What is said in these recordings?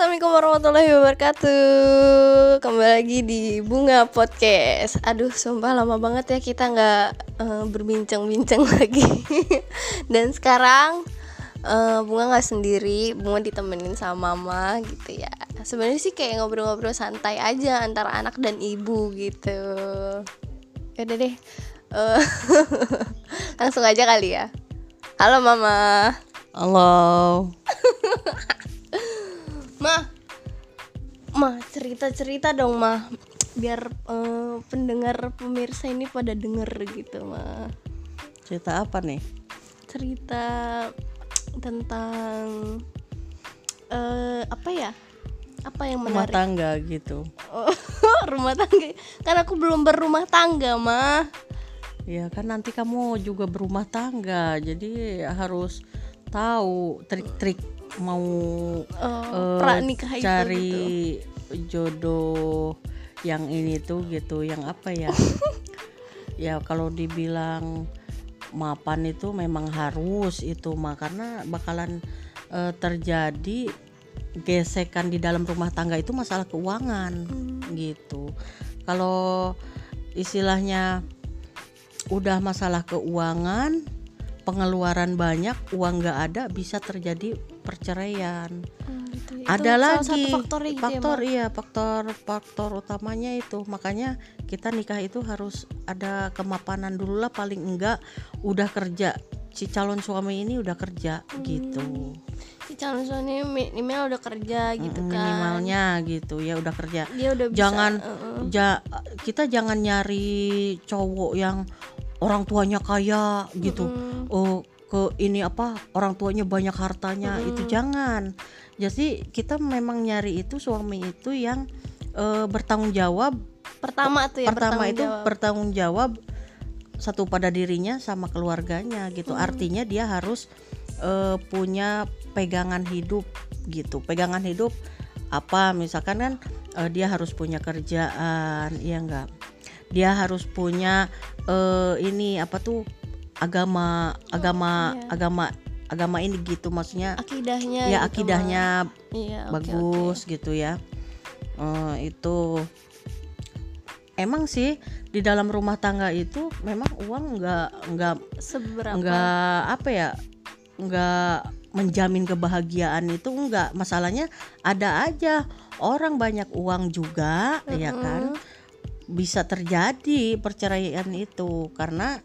Assalamualaikum warahmatullahi wabarakatuh. Kembali lagi di Bunga Podcast. Aduh, sumpah lama banget ya kita nggak berbincang-bincang lagi. Dan sekarang Bunga nggak sendiri, Bunga ditemenin sama Mama gitu ya. Sebenarnya sih kayak ngobrol-ngobrol santai aja antara anak dan ibu gitu. Yaudah deh, langsung aja kali ya. Halo Mama. Halo. Ma, cerita dong, Ma. Biar pendengar pemirsa ini pada denger gitu, Ma. Cerita apa nih? Cerita tentang apa ya? Apa yang Rumah menarik? tangga gitu. Rumah tangga. Kan aku belum berumah tangga, Ma. Ya kan nanti kamu juga berumah tangga, jadi harus tahu trik-trik mau Pranikah itu cari gitu. jodoh yang ini tuh gitu, yang apa ya? Ya kalau dibilang mapan itu memang harus itu mah, karena bakalan terjadi gesekan di dalam rumah tangga itu masalah keuangan gitu. Kalau istilahnya udah masalah keuangan, pengeluaran banyak, uang nggak ada, bisa terjadi perceraian. Gitu. Ada salah lagi satu faktornya gitu faktor utamanya itu. Makanya kita nikah itu harus ada kemapanan dulu lah, paling enggak udah kerja, si calon suami ini udah kerja gitu. Si calon suami minimal udah kerja gitu kan. Minimalnya gitu ya, udah kerja. Dia udah bisa, Kita jangan nyari cowok yang orang tuanya kaya gitu. Orang tuanya banyak hartanya, itu jangan. Jadi kita memang nyari itu suami itu yang bertanggung jawab. Pertama itu bertanggung jawab satu pada dirinya sama keluarganya gitu. Artinya dia harus punya pegangan hidup gitu. Pegangan hidup apa? Misalkan kan dia harus punya kerjaan, ya enggak? Dia harus punya agama ini gitu, maksudnya akidahnya ya gitu, akidahnya bagus. Okay. Gitu ya. Itu emang sih di dalam rumah tangga itu memang uang nggak seberapa, nggak menjamin kebahagiaan, itu enggak. Masalahnya ada aja orang banyak uang juga, ya kan, bisa terjadi perceraian itu karena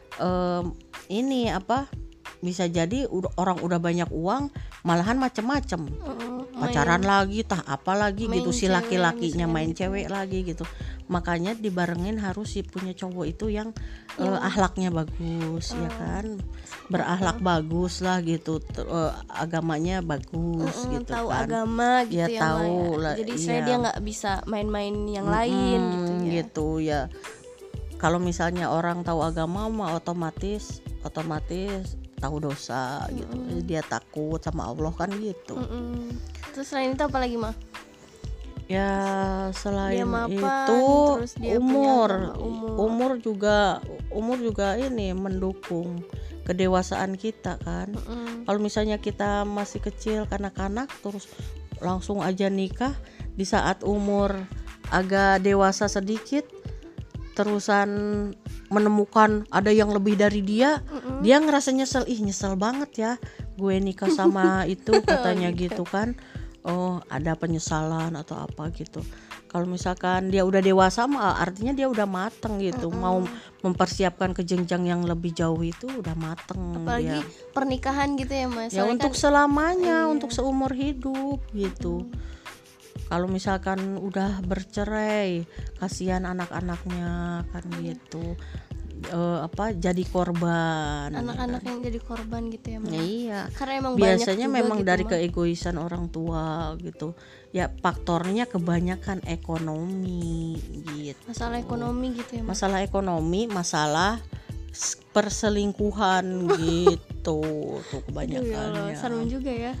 bisa jadi orang udah banyak uang malahan macem-macem, pacaran lagi apalagi gitu, si laki-lakinya main cewek lagi gitu. Makanya dibarengin harus si punya cowok itu yang akhlaknya bagus, ya kan, berakhlak bagus lah gitu, agamanya bagus gitu, tahu kan agama gitu, ya, ya tahu lah, lah, jadi iya. dia nggak bisa main-main yang lain gitu ya. Kalau misalnya orang tahu agama mah otomatis tahu dosa gitu. Dia takut sama Allah kan gitu. Terus selain itu apa lagi, Mah? Ya selain mapan, itu terus dia umur juga ini mendukung kedewasaan kita kan. Kalau misalnya kita masih kecil, kanak-kanak, terus langsung aja nikah di saat umur agak dewasa sedikit, terusan menemukan ada yang lebih dari dia, dia ngerasa nyesel banget ya, gue nikah sama itu katanya gitu kan. Oh, ada penyesalan atau apa gitu. Kalau misalkan dia udah dewasa mah artinya dia udah mateng gitu, mau mempersiapkan ke jenjang yang lebih jauh itu udah mateng. Apalagi dia pernikahan gitu ya, Mas. Ya untuk selamanya, untuk seumur hidup gitu. Kalau misalkan udah bercerai, kasihan anak-anaknya kan gitu. Jadi korban. Anak-anak yang jadi korban gitu ya, Mas. Iya. Karena emang biasanya banyak memang gitu, dari Ma. keegoisan orang tua gitu. Ya faktornya kebanyakan ekonomi gitu. Masalah ekonomi gitu ya, Mas. Masalah ekonomi, masalah perselingkuhan gitu tuh kebanyakannya. Serem juga ya.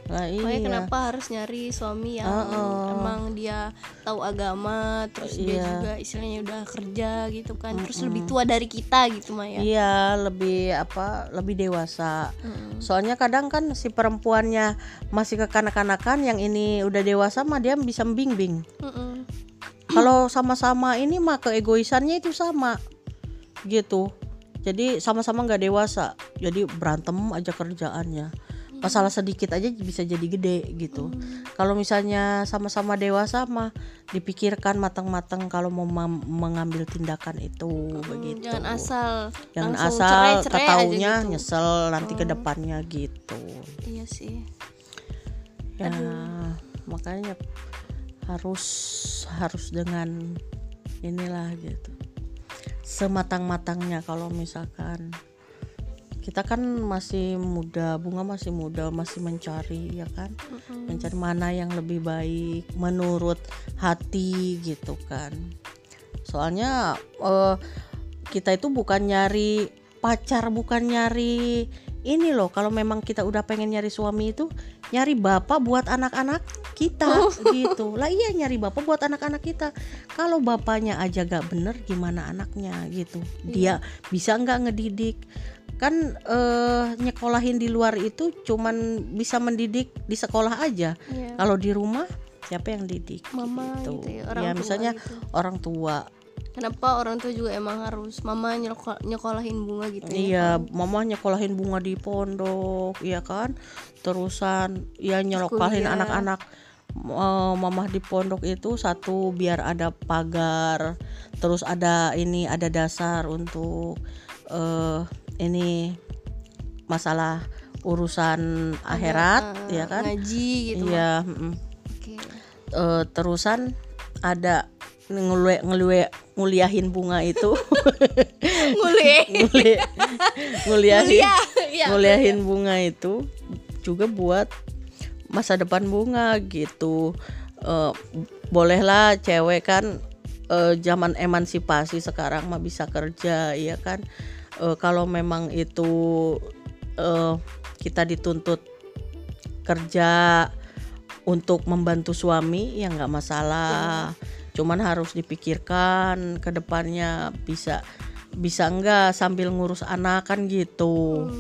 Lah Makanya iya. kenapa harus nyari suami yang emang dia tahu agama, terus dia juga istilahnya udah kerja gitu kan, terus lebih tua dari kita gitu Maya. Iya, lebih dewasa. Soalnya kadang kan si perempuannya masih kekanak-kanakan, yang ini udah dewasa mah dia bisa membimbing. Kalau sama-sama ini mah keegoisannya itu sama gitu. Jadi sama-sama nggak dewasa, jadi berantem aja kerjaannya. Masalah sedikit aja bisa jadi gede gitu. Kalau misalnya sama-sama dewasa mah dipikirkan matang-matang kalau mau mengambil tindakan itu begitu. Jangan asal cerai-cerai ketaunya aja gitu. nyesel nanti ke depannya gitu. Iya sih. Ya, makanya harus dengan inilah gitu. Sematang-matangnya. Kalau misalkan kita kan masih muda, Bunga masih muda, masih mencari ya kan, mencari mana yang lebih baik menurut hati gitu kan. Soalnya kita itu bukan nyari pacar, bukan nyari ini loh. Kalau memang kita udah pengen nyari suami itu nyari bapak buat anak-anak kita gitu. Lah iya, nyari bapak buat anak-anak kita. Kalau bapaknya aja gak bener, gimana anaknya gitu. Dia bisa nggak ngedidik? Kan nyekolahin di luar itu cuman bisa mendidik di sekolah aja. Kalau di rumah siapa yang didik? Mama gitu ya, orang ya tua misalnya gitu. Orang tua. Kenapa orang tua juga emang harus mama nyekolahin Bunga gitu? Iya, mama nyekolahin Bunga di pondok, iya kan. Terusan ya nyekolahin anak-anak mama di pondok itu, satu biar ada pagar, terus ada dasar untuk ini masalah urusan akhirat ya kan, ngaji gitu. Iya. Terusan ada nguliahin Bunga itu nguliahin Bunga itu juga buat masa depan Bunga gitu. Bolehlah cewek kan, zaman emansipasi sekarang mah bisa kerja ya kan. Kalau memang itu kita dituntut kerja untuk membantu suami ya nggak masalah. Cuman harus dipikirkan ke depannya bisa enggak sambil ngurus anak kan gitu.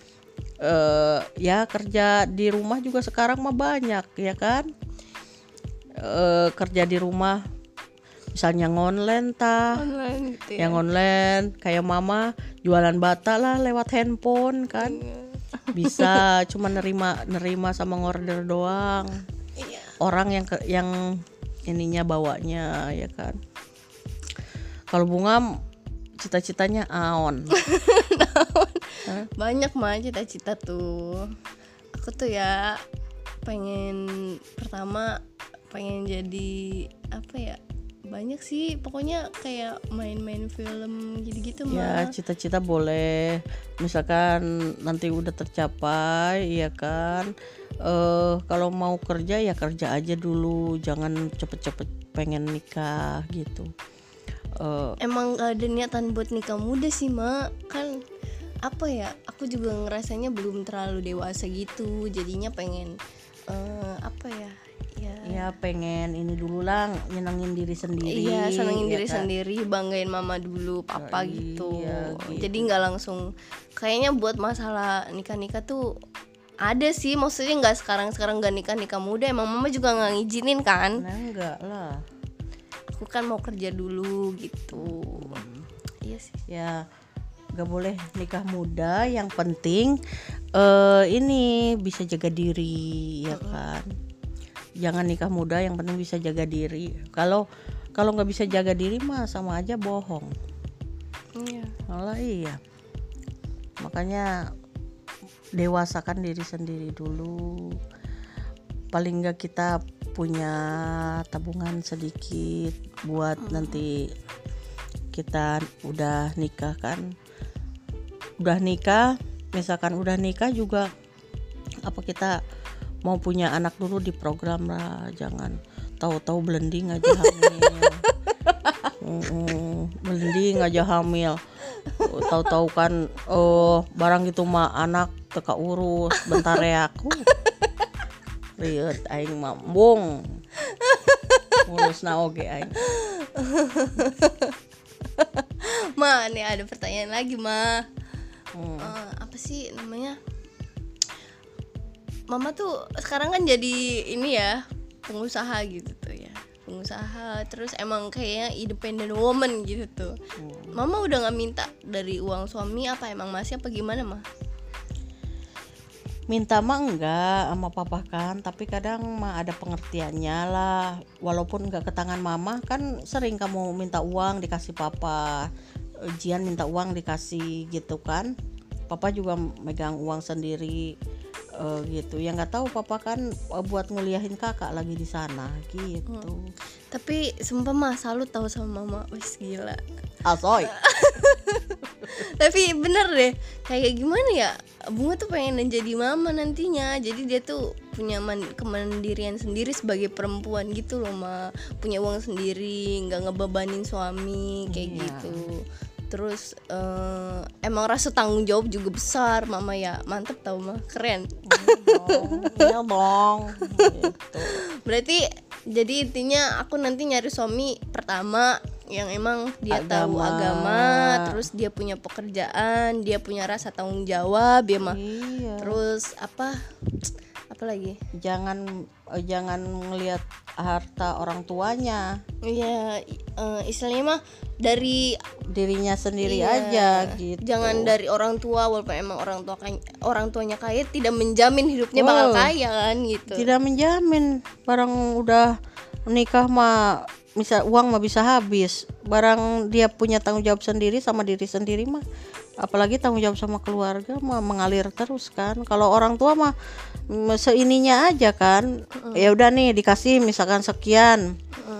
Ya kerja di rumah juga sekarang mah banyak ya kan. Kerja di rumah misalnya ngonlen gitu ya. Yang online kayak mama jualan bata lah lewat handphone kan. Bisa cuma nerima sama ngorder doang. Orang yang ininya bawanya ya kan. Kalau Bunga cita-citanya aon. Banyak mah cita-cita tuh. Aku tuh ya pengen jadi apa ya, banyak sih pokoknya, kayak main-main film gitu-gitu mah. Ya cita-cita boleh, misalkan nanti udah tercapai ya kan. Kalau mau kerja ya kerja aja dulu, jangan cepet-cepet pengen nikah gitu. Emang gak ada niatan buat nikah muda sih Mak, kan apa ya, aku juga ngerasanya belum terlalu dewasa gitu, jadinya pengen apa ya, ya pengen ini dulu lah, nyenengin diri sendiri. Iya, senengin diri kan? sendiri, banggain mama dulu, papa gitu. Iya, gitu. Jadi nggak langsung, kayaknya buat masalah nikah tuh ada sih, maksudnya nggak sekarang nggak nikah muda, emang mama juga nggak ngizinin kan? Nah enggak lah, aku kan mau kerja dulu gitu. Iya sih. Ya nggak boleh nikah muda, yang penting ini bisa jaga diri ya kan. Jangan nikah muda, yang penting bisa jaga diri. Kalau nggak bisa jaga diri mah sama aja bohong. Iya. Malah iya. Makanya dewasakan diri sendiri dulu. Paling nggak kita punya tabungan sedikit buat nanti kita udah nikah kan. Misalkan udah nikah juga apa kita mau punya anak dulu diprogram lah, jangan tahu-tahu blending aja hamil. Blending aja hamil, tahu-tahu kan barang gitu mah anak teka urus bentar ya aku Riet aing mambung. Mulusna oge aing. Ma, nih ada pertanyaan lagi, Ma. Apa sih namanya? Mama tuh sekarang kan jadi ini ya, pengusaha gitu tuh ya. Pengusaha, terus emang kayaknya independent woman gitu tuh. Mama udah gak minta dari uang suami apa emang masih apa gimana, Ma? Minta mah enggak sama papa kan, tapi kadang mah ada pengertiannya lah. Walaupun enggak ke tangan mama kan sering kamu minta uang dikasih papa, ujian minta uang dikasih gitu kan. Papa juga megang uang sendiri gitu. Ya nggak tahu papa kan buat nguliahin kakak lagi di sana gitu. Tapi sumpah mah salut tahu sama mama, wis gila. Asoy. Tapi bener deh, kayak gimana ya, Bunga tuh pengen jadi mama nantinya. Jadi dia tuh punya kemandirian sendiri sebagai perempuan gitu loh, Ma. Punya uang sendiri, gak ngebebanin suami kayak gitu. Terus emang rasa tanggung jawab juga besar Mama ya. Mantep tau mah, keren. Iya dong gitu. Berarti jadi intinya aku nanti nyari suami pertama yang emang dia tahu agama, terus dia punya pekerjaan, dia punya rasa tanggung jawab ya mah. Iya. Terus apa lagi? Jangan ngelihat harta orang tuanya. Iya, istilahnya mah dari dirinya sendiri aja gitu. Jangan dari orang tua, walaupun emang orang tuanya kaya tidak menjamin hidupnya bakal kaya kan gitu. Tidak menjamin. Barang udah menikah mah uang mah bisa habis. Barang dia punya tanggung jawab sendiri sama diri sendiri mah, apalagi tanggung jawab sama keluarga mah mengalir terus kan. Kalau orang tua mah seininya aja kan. Ya udah nih dikasih misalkan sekian.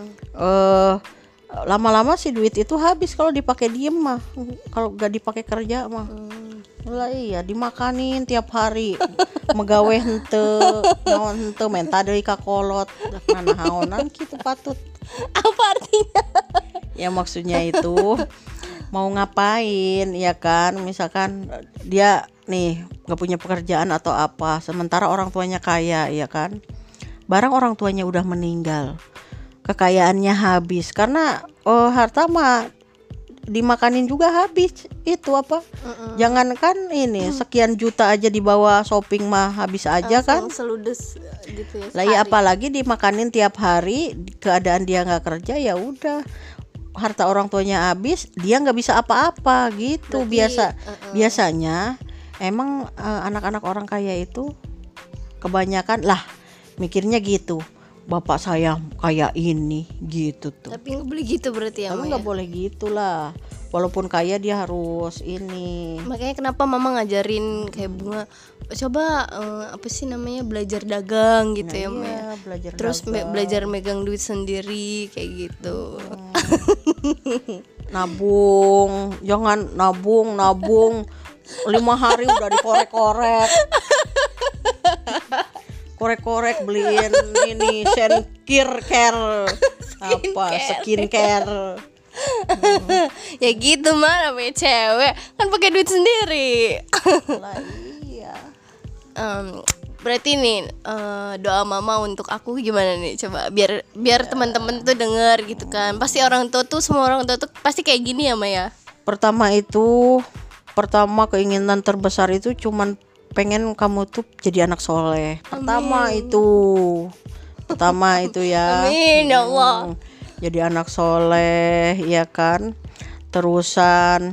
Lama-lama si duit itu habis kalau dipakai diem mah. Kalau gak dipakai kerja mah. Lah iya dimakanin tiap hari. Megawe henteu, naon henteu menta deui ka kolot. Nanahaonan kitu patut. Apa artinya? Ya maksudnya itu mau ngapain ya kan, misalkan dia nih gak punya pekerjaan atau apa, sementara orang tuanya kaya ya kan, barang orang tuanya udah meninggal, kekayaannya habis karena harta mah dimakanin juga habis itu apa. Jangankan ini sekian juta aja dibawa shopping mah habis aja kan, seludes gitu ya. Lah ya apalagi dimakanin tiap hari, keadaan dia nggak kerja ya udah harta orang tuanya habis, dia nggak bisa apa-apa gitu. Berarti, biasanya emang anak-anak orang kaya itu kebanyakan lah mikirnya gitu, bapak saya kayak ini gitu tuh. Tapi nggak boleh gitu berarti ya. Tapi nggak boleh gitulah. Walaupun kaya dia harus ini. Makanya kenapa mama ngajarin kayak Bunga, coba apa sih namanya, belajar dagang gitu ya, iya, belajar terus belajar megang duit sendiri kayak gitu. Nabung, jangan nabung 5 hari udah dikorek-korek. Korek-korek beliin ini skincare skincare. Ya gitu mah, namanya cewek kan pakai duit sendiri. Lah iya. Berarti nih doa mama untuk aku gimana nih, coba biar teman-teman tuh denger gitu kan. Pasti orang tua tuh, semua orang tua tuh pasti kayak gini ya Maya. Pertama keinginan terbesar itu cuman pengen kamu tuh jadi anak soleh. Pertama itu ya. Amin ya Allah. Jadi anak soleh ya kan. Terusan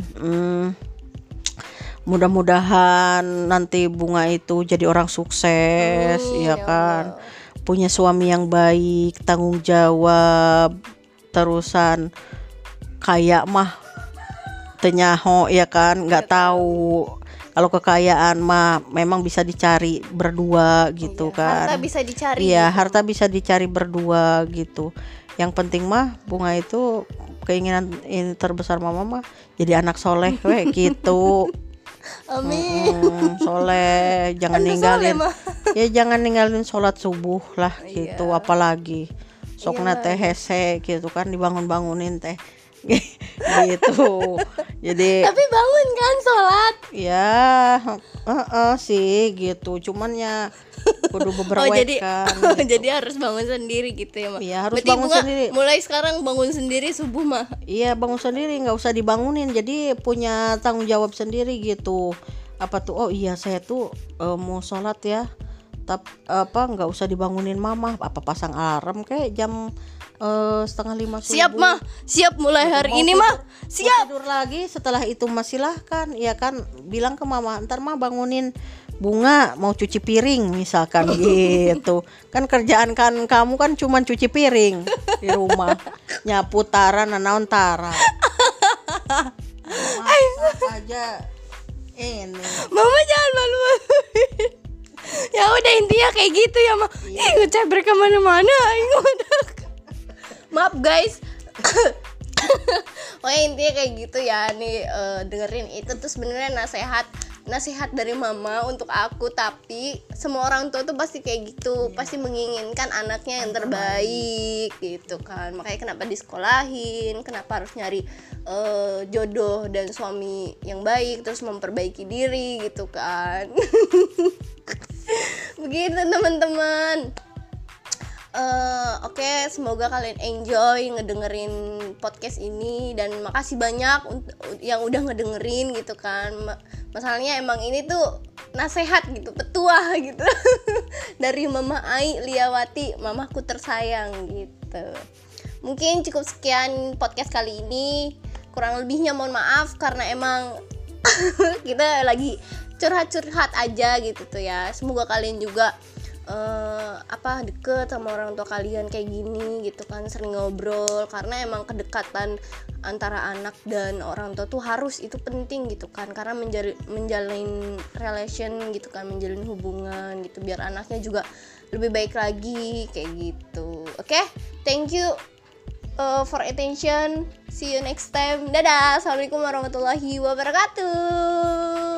mudah-mudahan nanti Bunga itu jadi orang sukses ya kan. Punya suami yang baik, tanggung jawab. Terusan kaya mah tenyaho ya kan, nggak tahu. Kalau kekayaan mah memang bisa dicari berdua gitu kan. Harta bisa dicari. Iya, harta bisa dicari berdua gitu. Yang penting mah Bunga itu keinginan ini terbesar mama mah jadi anak soleh gitu. Amin. Soleh, jangan ninggalin. Ya jangan ninggalin sholat subuh lah gitu, apalagi sokna teh hese gitu kan, dibangun-bangunin teh. Gitu. Jadi tapi bangun kan sholat. Ya sih gitu. Cuman ya kudu Oh beberwekan gitu. jadi harus bangun sendiri gitu ya, Mak. Iya, harus Berarti bangun Bunga sendiri. mulai sekarang bangun sendiri subuh mah. Iya, bangun sendiri, nggak usah dibangunin. Jadi punya tanggung jawab sendiri gitu. Apa tuh? Oh iya, saya tuh mau sholat ya. Nggak usah dibangunin mama. Apa pasang alarm kayak jam 4:30 subuh. Siap mah, siap mulai hari ini mah. Mau Siap. tidur lagi, setelah itu mah silahkan. Ya kan, bilang ke mama, ntar mah bangunin Bunga mau cuci piring misalkan gitu. Kan kerjaan kan kamu kan cuman cuci piring di rumah. Nyapu tara, nanaon tara. Masak aja ini. Mama jangan malu-maluin. Ya udah intinya kayak gitu ya, Mak. Ngeceber kemana-mana. Maaf guys. Pokoknya intinya kayak gitu ya nih, dengerin itu tuh sebenarnya nasihat dari mama untuk aku, tapi semua orang tua tuh pasti kayak gitu, pasti menginginkan anaknya yang terbaik gitu kan. Makanya kenapa disekolahin, kenapa harus nyari jodoh dan suami yang baik, terus memperbaiki diri gitu kan. Begitu teman-teman. Oke, semoga kalian enjoy ngedengerin podcast ini, dan makasih banyak yang udah ngedengerin gitu kan. Masalahnya emang ini tuh nasehat gitu, petuah gitu dari Mama Ai Liawati, mamaku tersayang gitu. Mungkin cukup sekian podcast kali ini, kurang lebihnya mohon maaf karena emang kita lagi curhat-curhat aja gitu tuh ya. Semoga kalian juga deket sama orang tua kalian kayak gini gitu kan, sering ngobrol, karena emang kedekatan antara anak dan orang tua tuh harus, itu penting gitu kan, karena menjalin relation gitu kan, menjalin hubungan gitu, biar anaknya juga lebih baik lagi kayak gitu. Oke, thank you for attention, see you next time, dadah, assalamualaikum warahmatullahi wabarakatuh.